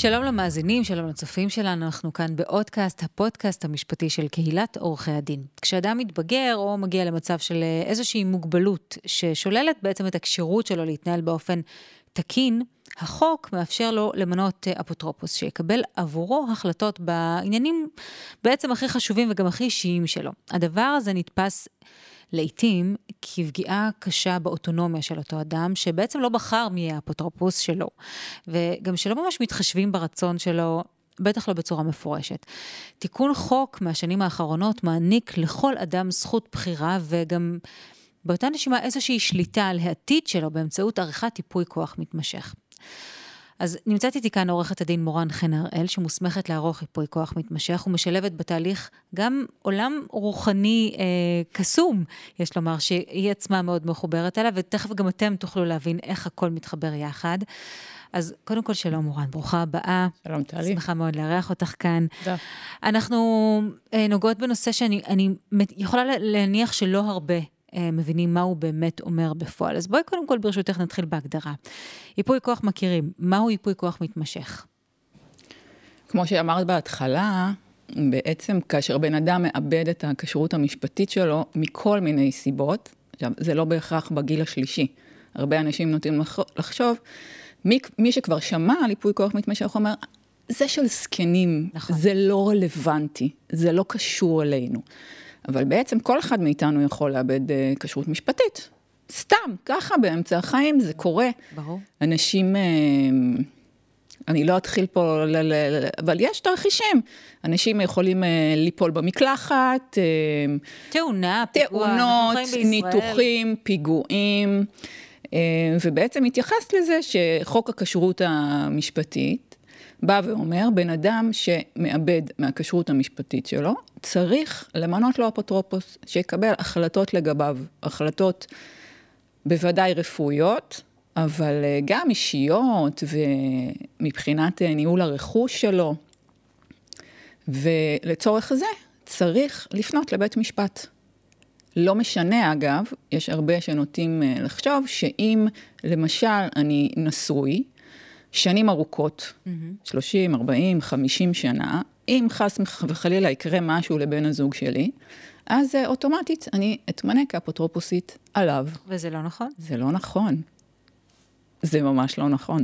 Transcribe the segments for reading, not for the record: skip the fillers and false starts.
שלום למאזינים, שלום לצופים שלנו, אנחנו כאן באודקאסט, הפודקאסט המשפטי של קהילת עורכי הדין. כשאדם מתבגר או מגיע למצב של איזושהי מוגבלות ששוללת בעצם את הקשירות שלו להתנהל באופן תקין, החוק מאפשר לו למנות אפוטרופוס שיקבל עבורו החלטות בעניינים בעצם הכי חשובים וגם הכי אישיים שלו. הדבר הזה נתפס לעתים כפגיעה קשה באוטונומיה של אותו אדם, שבעצם לא בחר מי יהיה האפוטרופוס שלו, וגם שלא ממש מתחשבים ברצון שלו, בטח לא בצורה מפורשת. תיקון חוק מהשנים האחרונות מעניק לכל אדם זכות בחירה, וגם באותה נשימה איזושהי שליטה על העתיד שלו, באמצעות עריכת ייפוי כוח מתמשך. אז נמצאת איתי כאן עורכת הדין מורן חן הראל, שמוסמכת לערוך ייפוי כוח מתמשך, ומשלבת בתהליך גם עולם רוחני קסום, יש לומר שהיא עצמה מאוד מחוברת עליו, ותכף גם אתם תוכלו להבין איך הכל מתחבר יחד. אז קודם כל שלום מורן, ברוכה הבאה. שלום טלי. שמחה מאוד לארח אותך כאן. תודה. אנחנו נוגעות בנושא שאני יכולה להניח שלא הרבה מבינים מה הוא באמת אומר בפועל. אז בואי קודם כל ברשותך נתחיל בהגדרה. ייפוי כוח מכירים, מהו ייפוי כוח מתמשך? כמו שאמרת בהתחלה, בעצם כאשר בן אדם מאבד את הכשרות המשפטית שלו מכל מיני סיבות, עכשיו זה לא בהכרח בגיל השלישי, הרבה אנשים נוטים לחשוב, מי שכבר שמע על ייפוי כוח מתמשך אומר, זה של זקנים, נכון. זה לא רלוונטי, זה לא קשור אלינו. אבל בעצם כל אחד מאיתנו יכול לאבד כשרות משפטית. סתם, ככה באמצע החיים זה קורה. ברור. אנשים, אני לא אתחיל פה, אבל יש תרחישים. אנשים יכולים ליפול במקלחת, תאונות, ניתוחים, פיגועים, ובעצם התייחס לזה שחוק הכשרות המשפטית בא ואומר, בן אדם שמאבד מהכשרות המשפטית שלו, צריך למנות לו אפוטרופוס, שיקבל החלטות לגביו, החלטות בוודאי רפואיות, אבל גם אישיות ומבחינת ניהול הרכוש שלו, ולצורך זה צריך לפנות לבית משפט. לא משנה אגב, יש הרבה שנוטים לחשוב שאם למשל אני נשוי, שנים ארוכות, 30, 40, 50 שנה, אם חס וחלילה יקרה משהו לבן הזוג שלי, אז אוטומטית אני אתמנה כאפוטרופוסית עליו. וזה לא נכון? זה לא נכון. זה ממש לא נכון.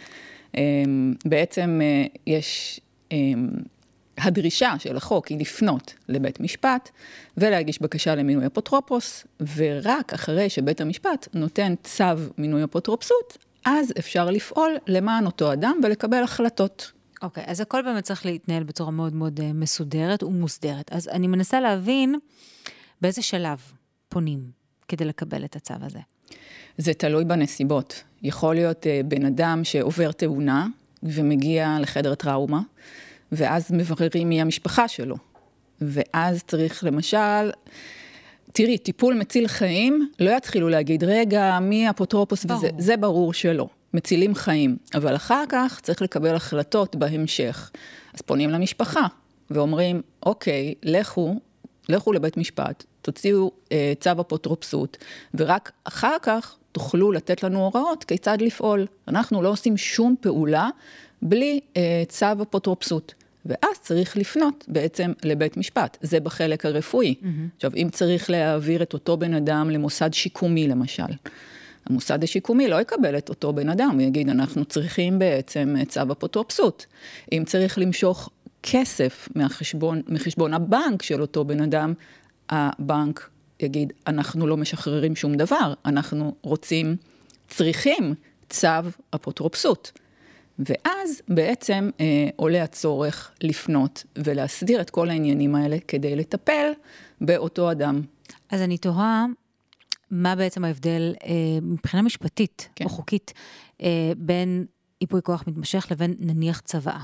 בעצם יש, הדרישה של החוק היא לפנות לבית משפט, ולהגיש בקשה למינוי אפוטרופוס, ורק אחרי שבית המשפט נותן צו מינוי אפוטרופסות, אז אפשר לפעול למען אותו אדם ולקבל החלטות. אוקיי, אז הכל באמת צריך להתנהל בצורה מאוד מאוד מסודרת ומוסדרת. אז אני מנסה להבין באיזה שלב פונים כדי לקבל את הצו הזה. זה תלוי בנסיבות. יכול להיות בן אדם שעובר תאונה ומגיע לחדר טראומה, ואז מבררים מי המשפחה שלו. ואז צריך למשל, תראי, טיפול מציל חיים, לא יתחילו להגיד, רגע, מי אפוטרופוס וזה, זה ברור שלא. מצילים חיים, אבל אחר כך צריך לקבל החלטות בהמשך. אז פונים למשפחה ואומרים, אוקיי, לכו לבית משפט, תוציאו צו אפוטרופסות, ורק אחר כך תוכלו לתת לנו הוראות כיצד לפעול. אנחנו לא עושים שום פעולה בלי צו אפוטרופסות. ואז צריך לפנות בעצם לבית משפט. זה בחלק הרפואי. עכשיו, אם צריך להעביר את אותו בן אדם למוסד שיקומי למשל, המוסד השיקומי לא יקבל את אותו בן אדם, הוא יגיד, אנחנו צריכים בעצם צו אפוטרופסות. אם צריך למשוך כסף מחשבון הבנק של אותו בן אדם, הבנק יגיד, אנחנו לא משחררים שום דבר, אנחנו צריכים צו אפוטרופסות. ואז בעצם עולה הצורך לפנות ולהסדיר את כל העניינים האלה כדי לטפל באותו אדם. אז אני תוהה, מה בעצם ההבדל מבחינה משפטית או חוקית בין ייפוי כוח מתמשך לבין נניח צוואה?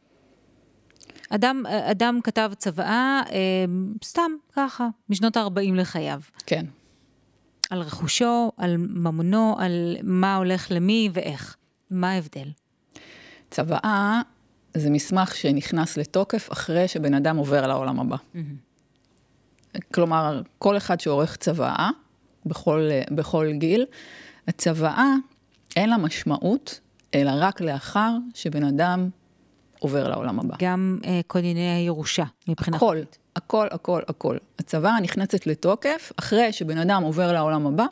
אדם כתב צוואה סתם ככה, משנות ה-40 לחייו. כן. על רכושו, על ממונו, על מה הולך למי ואיך. מה ההבדל? צוואה זה מסמך שנכנס לתוקף אחרי שבן אדם עובר לעולם הבא. כלומר, כל אחד שעורך צוואה, בכל גיל, הצוואה אין לה משמעות, אלא רק לאחר שבן אדם עובר לעולם הבא. גם כל דיני הירושה, מבחינה חוקית. הכל. הצוואה נכנסת לתוקף, אחרי שבן אדם עובר לעולם הבא,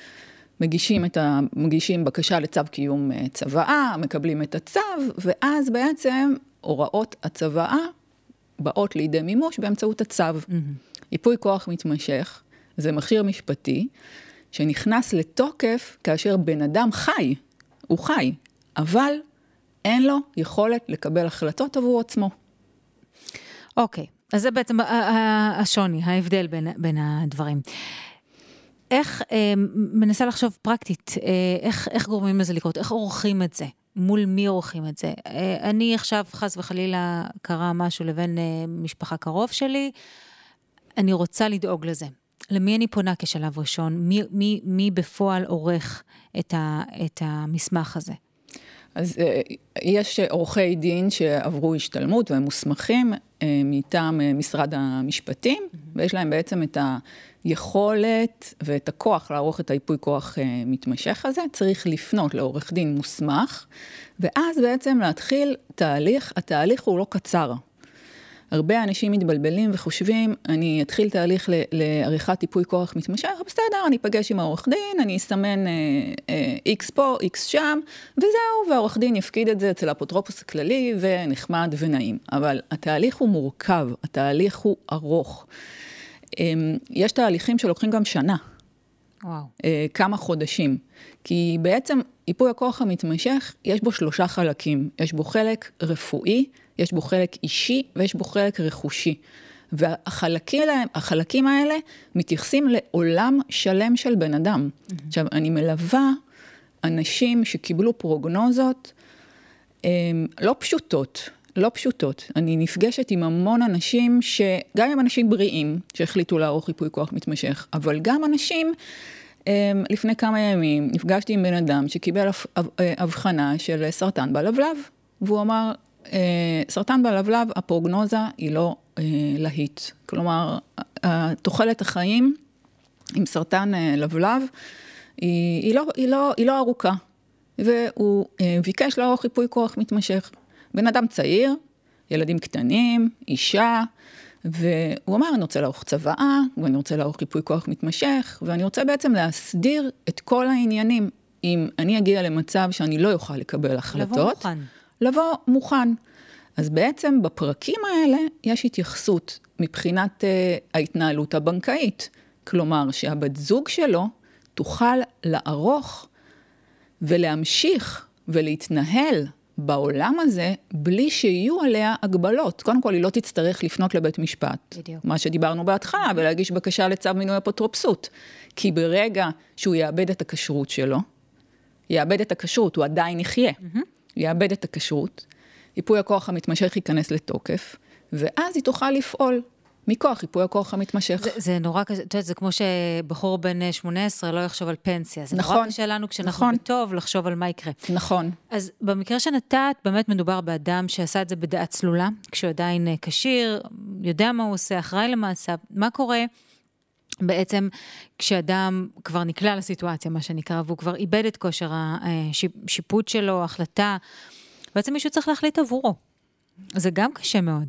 מגישים בקשה לצו קיום צוואה, מקבלים את הצו, ואז בעצם הוראות הצוואה באות לידי מימוש באמצעות הצו. ייפוי כוח מתמשך, זה מכשיר משפטי, שנכנס לתוקף כאשר בן אדם חי, הוא חי, אבל אין לו יכולת לקבל החלטות עבור עצמו. אוקיי, אז זה בעצם השוני, ההבדל בין הדברים. איך, מנסה לחשוב פרקטית, איך גורמים לזה לקרות? איך עורכים את זה? מול מי עורכים את זה? אני עכשיו חס וחלילה קרה משהו לבין משפחה קרוב שלי, אני רוצה לדאוג לזה. למי אני פונה כשלב ראשון? מי בפועל עורך את המסמך הזה? אז יש עורכי דין שעברו השתלמות והם מוסמכים מטעם משרד המשפטים, ויש להם בעצם את היכולת ואת הכוח לערוך את הייפוי כוח מתמשך הזה. צריך לפנות לעורך דין מוסמך, ואז בעצם להתחיל תהליך. התהליך הוא לא קצר. הרבה אנשים מתבלבלים וחושבים, אני אתחיל תהליך לעריכת ייפוי כוח מתמשך, בסדר, אני אפגש עם העורך דין, אני אסמן X פה, X שם, וזהו, והעורך דין יפקיד את זה אצל האפוטרופוס הכללי, ונחמד ונעים. אבל התהליך הוא מורכב, התהליך הוא ארוך. יש תהליכים שלוקחים גם שנה. וואו. כמה חודשים. כי בעצם ייפוי הכוח המתמשך, יש בו 3 חלקים. יש בו חלק רפואי, יש בו חלק אישי, ויש בו חלק רכושי. והחלקים האלה מתייחסים לעולם שלם של בן אדם. עכשיו, אני מלווה אנשים שקיבלו פרוגנוזות לא פשוטות. אני נפגשת עם המון אנשים, גם עם אנשים בריאים, שהחליטו לערוך ייפוי כוח מתמשך, אבל גם אנשים, לפני כמה ימים, נפגשתי עם בן אדם שקיבל הבחנה של סרטן בלבלב, והוא אמר, סרטן בלבלב, הפרוגנוזה היא לא להיט. כלומר, תוחלת החיים עם סרטן לבלב, היא לא ארוכה. והוא ביקש לערוך ייפוי כוח מתמשך. בן אדם צעיר, ילדים קטנים, אישה, והוא אמר, אני רוצה לערוך צוואה, ואני רוצה לערוך ייפוי כוח מתמשך, ואני רוצה בעצם להסדיר את כל העניינים. אם אני אגיע למצב שאני לא יוכל לקבל החלטות, לבוא מוכן. אז בעצם בפרקים האלה יש התייחסות מבחינת ההתנהלות הבנקאית. כלומר, שהבת זוג שלו תוכל לערוך ולהמשיך ולהתנהל בעולם הזה, בלי שיהיו עליה הגבלות. קודם כל, היא לא תצטרך לפנות לבית משפט. בדיוק. מה שדיברנו בהתחלה, ולהגיש בקשה לצו מינוי אפוטרופסות. כי ברגע שהוא יאבד את הכשרות שלו, הוא עדיין יחיה. יאבד את הכשרות, ייפוי הכוח המתמשך ייכנס לתוקף, ואז היא תוכל לפעול מכוח ייפוי הכוח המתמשך. זה נורא כזה, אתה יודע, זה כמו שבחור בן 18 לא יחשוב על פנסיה. זה נכון, נורא קשה לנו כשאנחנו בטוב לחשוב על מה יקרה. נכון. אז במקרה שנתת, באמת מדובר באדם שעשה את זה בדעת צלולה, כשהוא עדיין כשיר, יודע מה הוא עושה, אחראי למעשה. מה קורה בעצם כשאדם כבר נקלע לסיטואציה, מה שנקרא, והוא כבר איבד את כושר השיפוט שלו, החלטה, בעצם מישהו צריך להחליט עבורו. זה גם קשה מאוד.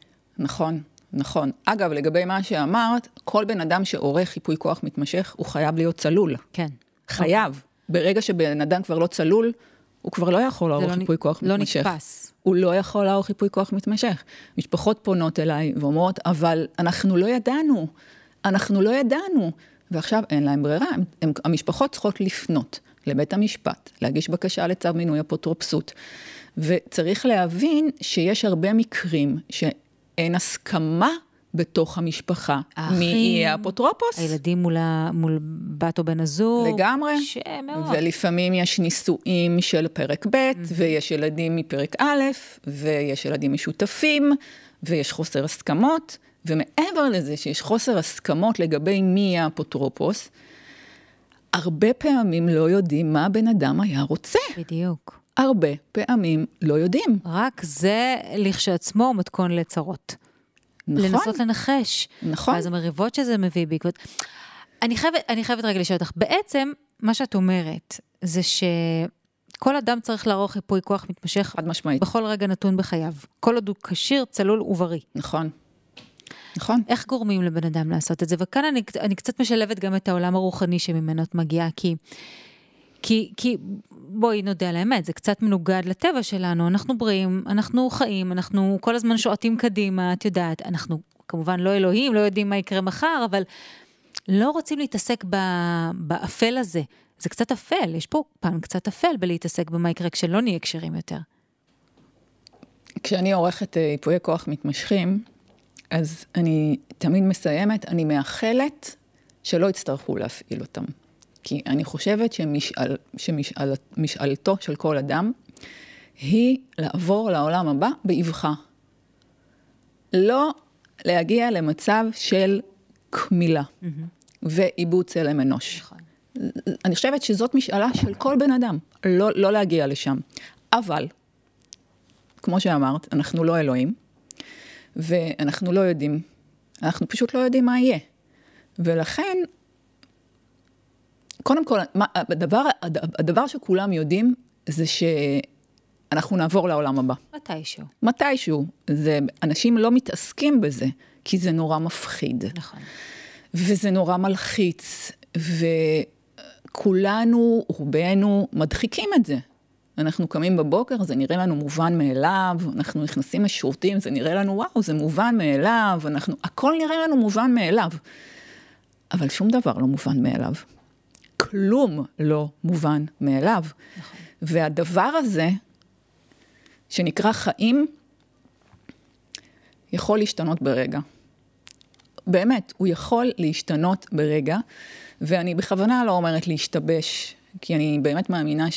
נכון. אגב, לגבי מה שאמרת, כל בן אדם שעורך ייפוי כוח מתמשך, הוא חייב להיות צלול. כן. חייב. ברגע שבן אדם כבר לא צלול, הוא כבר לא יכול לערוך ייפוי כוח מתמשך. לא נתפס. הוא לא יכול לערוך ייפוי כוח מתמשך. משפחות פונות אליי ואומרות, אבל אנחנו לא ידענו. ועכשיו אין להם ברירה. המשפחות צריכות לפנות לבית המשפט, להגיש בקשה לצו מינוי אפוטרופסות. וצריך להבין שיש הרבה מקרים שאין הסכמה בתוך המשפחה. מי יהיה אפוטרופוס? הילדים מול בת או בן הזוג. לגמרי. שמאוד. ולפעמים יש נישואים של פרק ב' ויש ילדים מפרק א', ויש ילדים משותפים, ויש חוסר הסכמות, ומעבר לזה שיש חוסר הסכמות לגבי מי יהיה אפוטרופוס, הרבה פעמים לא יודעים מה הבן אדם היה רוצה. בדיוק. הרבה פעמים לא יודעים. רק זה לכשעצמו מתכון לצרות. נכון. לנסות לנחש. נכון. ואז המריבות שזה מביא בעקבות. אני חייבת רגע לשאול אותך, בעצם מה שאת אומרת זה כל אדם צריך לערוך ייפוי כוח מתמשך חד משמעית. בכל רגע נתון בחייו. כל עוד הוא כשיר, צלול ובריא. נכון. נכון. איך גורמים לבן אדם לעשות את זה? וכאן אני קצת משלבת גם את העולם הרוחני שממנו את מגיעה, כי בואי נודה על האמת, זה קצת מנוגד לטבע שלנו, אנחנו בריאים, אנחנו חיים, אנחנו כל הזמן שועטים קדימה, את יודעת, אנחנו כמובן לא אלוהים, לא יודעים מה יקרה מחר, אבל לא רוצים להתעסק באפל הזה. זה קצת אפל, יש פה פן קצת אפל בלהתעסק במה יקרה כשלא נהיה קשרים יותר. כשאני עורכת ייפויי כוח מתמשכים, אז אני תמיד מסיימת, אני מאחלת שלא יצטרכו להפעיל אותם. כי אני חושבת שמשאלתו של כל אדם היא לעבור לעולם הבא באבחה. לא להגיע למצב של כמילה ועיבוד צלם אנוש. נכון. אני חושבת שזאת משאלה של כל בן אדם, לא להגיע לשם. אבל, כמו שאמרת, אנחנו לא אלוהים, ואנחנו לא יודעים, אנחנו פשוט לא יודעים מה יהיה. ולכן, קודם כל, הדבר שכולם יודעים, זה שאנחנו נעבור לעולם הבא. מתישהו. אנשים לא מתעסקים בזה, כי זה נורא מפחיד. נכון. וזה נורא מלחיץ, וכולנו, רובנו, מדחיקים את זה. אנחנו קמים בבוקר, זה נראה לנו מובן מאליו, אנחנו נכנסים לשירותים, זה נראה לנו, וואו, זה מובן מאליו, הכל נראה לנו מובן מאליו. אבל שום דבר לא מובן מאליו. כלום לא מובן מאליו. נכון. והדבר הזה, שנקרא חיים, יכול להשתנות ברגע. באמת, הוא יכול להשתנות ברגע, ואני בכוונה לא אומרת להשתבש, כי אני באמת מאמינה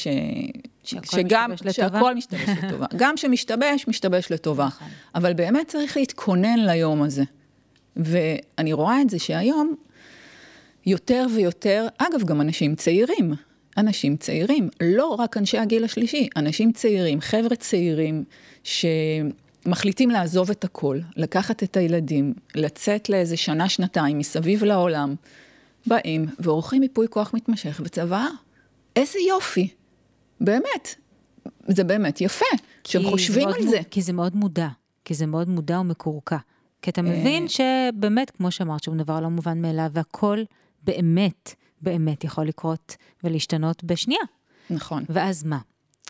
שהכל משתבש לטובה. גם שמשתבש, משתבש לטובה. נכון. אבל באמת צריך להתכונן ליום הזה. ואני רואה את זה שהיום, יותר ויותר, אגב, גם אנשים צעירים, לא רק אנשי הגיל השלישי, אנשים צעירים, חבר'ה צעירים, שמחליטים לעזוב את הכל, לקחת את הילדים, לצאת לאיזה שנה, שנתיים, מסביב לעולם, באים ועורכים ייפוי כוח מתמשך וצבא. איזה יופי. באמת. זה באמת יפה, שהם חושבים על זה. כי זה מאוד מודע ומקורקע. כי אתה מבין שבאמת, כמו שאמרת, שום דבר לא מובן מאליו, והכל באמת יכול לקרות ולהשתנות בשנייה. נכון. ואז מה?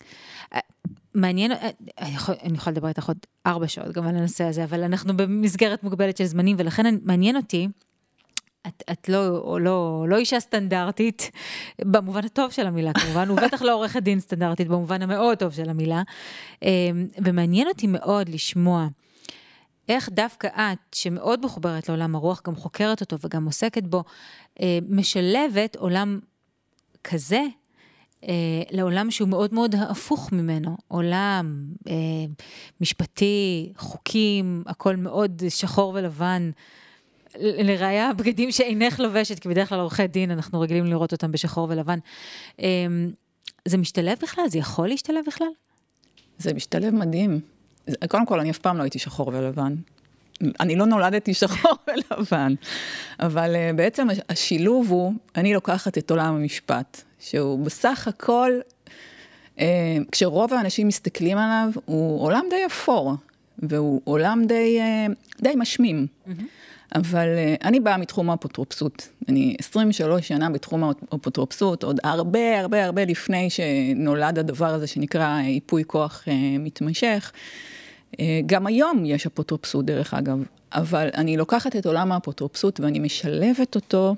מעניין, אני יכולה לדבר איתך עוד 4 שעות גם על הנושא הזה, אבל אנחנו במסגרת מוגבלת של זמנים, ולכן מעניין אותי, את לא אישה סטנדרטית, במובן הטוב של המילה כמובן, ובטח לא עורכת דין סטנדרטית, במובן המאוד טוב של המילה, ומעניין אותי מאוד לשמוע, איך דווקא את, שמאוד מחוברת לעולם הרוח, גם חוקרת אותו וגם עוסקת בו, משלבת עולם כזה, לעולם שהוא מאוד מאוד הפוך ממנו, עולם משפטי, חוקים, הכל מאוד שחור ולבן, לראיה הבגדים שאינך לובשת, כי בדרך כלל עורכי דין, אנחנו רגילים לראות אותם בשחור ולבן. זה משתלב בכלל? זה יכול להשתלב בכלל? זה משתלב מדהים. קודם כל, אני אף פעם לא הייתי שחור ולבן. אני לא נולדתי שחור ולבן. אבל בעצם השילוב הוא, אני לוקחת את עולם המשפט, שהוא בסך הכל, כשרוב האנשים מסתכלים עליו, הוא עולם די אפור, והוא עולם די משמים. אבל אני באה מתחום האפוטרופסות. אני 23 שנה בתחום האפוטרופסות, עוד הרבה לפני שנולד הדבר הזה שנקרא ייפוי כוח מתמשך. גם היום יש אפוטרופסות דרך אגב, אבל אני לוקחת את עולם האפוטרופסות ואני משלבת אותו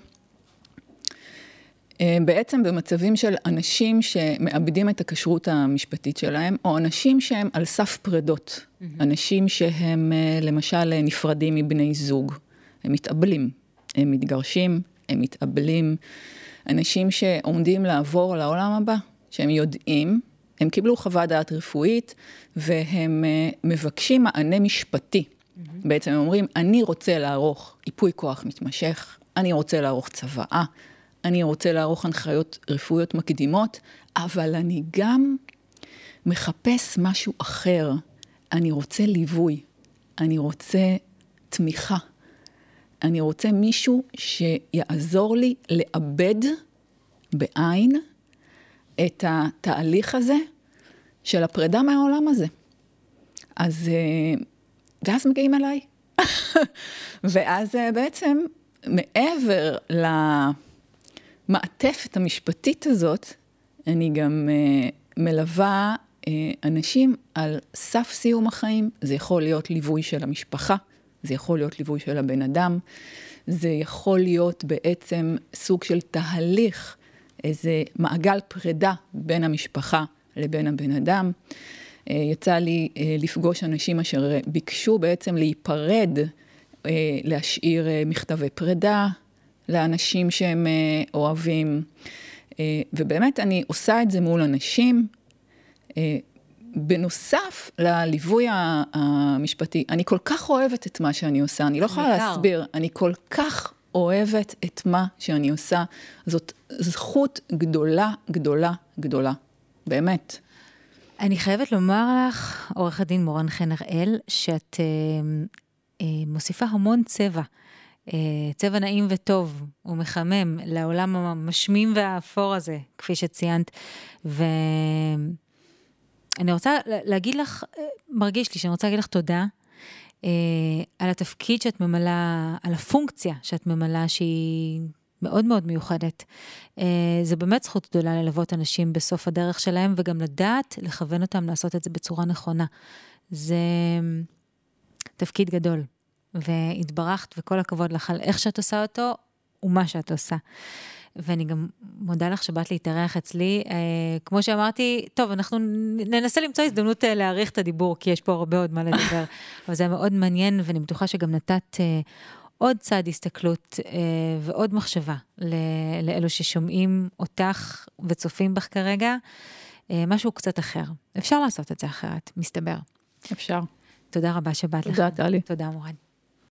בעצם במצבים של אנשים שמאבדים את הכשרות המשפטית שלהם, או אנשים שהם על סף פרדות, אנשים שהם למשל נפרדים מבני זוג, הם מתאבלים, הם מתגרשים, הם מתאבלים, אנשים שעומדים לעבור לעולם הבא, שהם יודעים, הם קיבלו חוות דעת רפואית, והם מבקשים מענה משפטי. בעצם הם אומרים, אני רוצה לערוך ייפוי כוח מתמשך, אני רוצה לערוך צוואה, אני רוצה לערוך הנחיות רפואיות מקדימות, אבל אני גם מחפש משהו אחר. אני רוצה ליווי, אני רוצה תמיכה, אני רוצה מישהו שיעזור לי לאבד בעין את התהליך הזה של הפרידה מהעולם הזה. אז, ואז מגיעים אליי. ואז בעצם, מעבר למעטפת המשפטית הזאת, אני גם מלווה אנשים על סף סיום החיים. זה יכול להיות ליווי של המשפחה, זה יכול להיות ליווי של הבן אדם, זה יכול להיות בעצם סוג של תהליך, איזה מעגל פרידה בין המשפחה לבין הבן אדם. יצא לי לפגוש אנשים אשר ביקשו בעצם להיפרד, להשאיר מכתבי פרידה לאנשים שהם אוהבים, ובאמת אני עושה את זה מול אנשים. בנוסף לליווי המשפטי, אני כל כך אוהבת את מה שאני עושה, אני לא יכולה להסביר, אני כל כך אוהבת את מה שאני עושה, זאת זכות גדולה, גדולה, גדולה, באמת. אני חייבת לומר לך, עורך הדין מורן חן הראל, שאת מוסיפה המון צבע, צבע נעים וטוב ומחמם לעולם המשמים והאפור הזה, כפי שציינת, אני רוצה להגיד לך, מרגיש לי שאני רוצה להגיד לך תודה, על התפקיד שאת ממלאה, על הפונקציה שאת ממלאה, שהיא מאוד מאוד מיוחדת. זה באמת זכות גדולה ללוות אנשים בסוף הדרך שלהם, וגם לדעת לכוון אותם לעשות את זה בצורה נכונה. זה תפקיד גדול, והתברכת, וכל הכבוד לך על איך שאת עושה אותו, ומה שאת עושה. ואני גם מודה לך שבאת להתארח אצלי. כמו שאמרתי, טוב, אנחנו ננסה למצוא הזדמנות להאריך את הדיבור, כי יש פה הרבה עוד מה לדבר. אבל זה מאוד מעניין, ואני בטוחה שגם נתת עוד צד הסתכלות ועוד מחשבה לאלו ששומעים אותך וצופים בך כרגע, משהו קצת אחר. אפשר לעשות את זה אחרת, מסתבר. אפשר. תודה רבה שבאת לך. תודה, טלי. תודה, מורן.